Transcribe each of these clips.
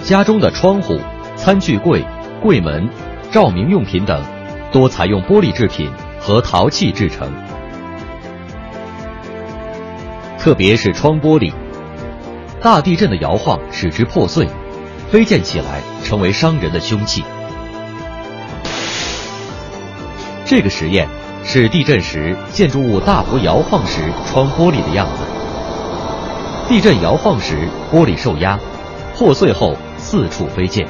家中的窗户、餐具柜、柜门、照明用品等，多采用玻璃制品和陶器制成。特别是窗玻璃，大地震的摇晃使之破碎，飞溅起来成为伤人的凶器。这个实验是地震时建筑物大幅摇晃时窗玻璃的样子。地震摇晃时，玻璃受压，破碎后四处飞溅。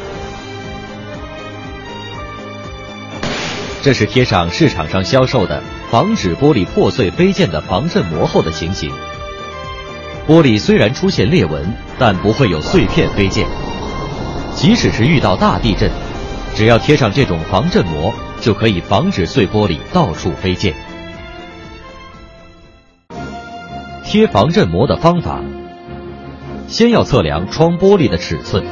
这是贴上市场上销售的防止玻璃破碎飞溅的防震膜后的情形。玻璃虽然出现裂纹，但不会有碎片飞溅。即使是遇到大地震，只要贴上这种防震膜，就可以防止碎玻璃到处飞溅。贴防震膜的方法：先要测量窗玻璃的尺寸，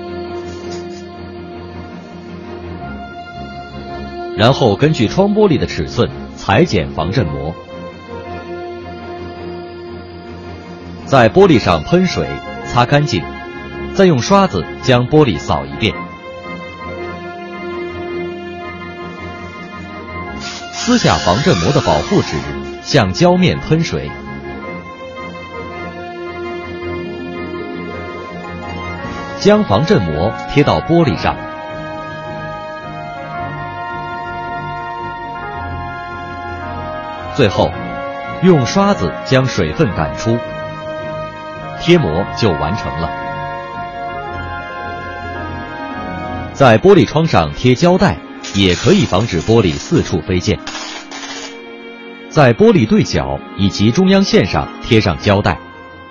然后根据窗玻璃的尺寸裁剪防震膜，在玻璃上喷水，擦干净，再用刷子将玻璃扫一遍。撕下防震膜的保护纸，向胶面喷水。将防震膜贴到玻璃上，最后用刷子将水分赶出，贴膜就完成了。在玻璃窗上贴胶带，也可以防止玻璃四处飞溅。在玻璃对角以及中央线上贴上胶带。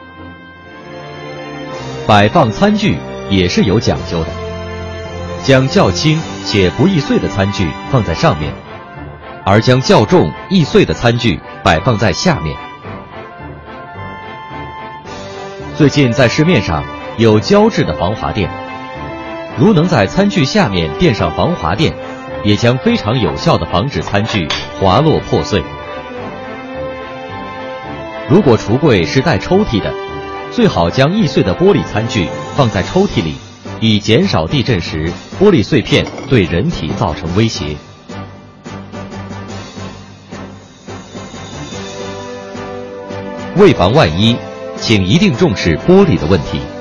摆放餐具也是有讲究的，将较轻且不易碎的餐具放在上面，而将较重易碎的餐具摆放在下面。最近在市面上有胶质的防滑垫，如能在餐具下面垫上防滑垫，也将非常有效地防止餐具滑落破碎。如果橱柜是带抽屉的，最好将易碎的玻璃餐具放在抽屉里，以减少地震时玻璃碎片对人体造成威胁。为防万一，请一定重视玻璃的问题。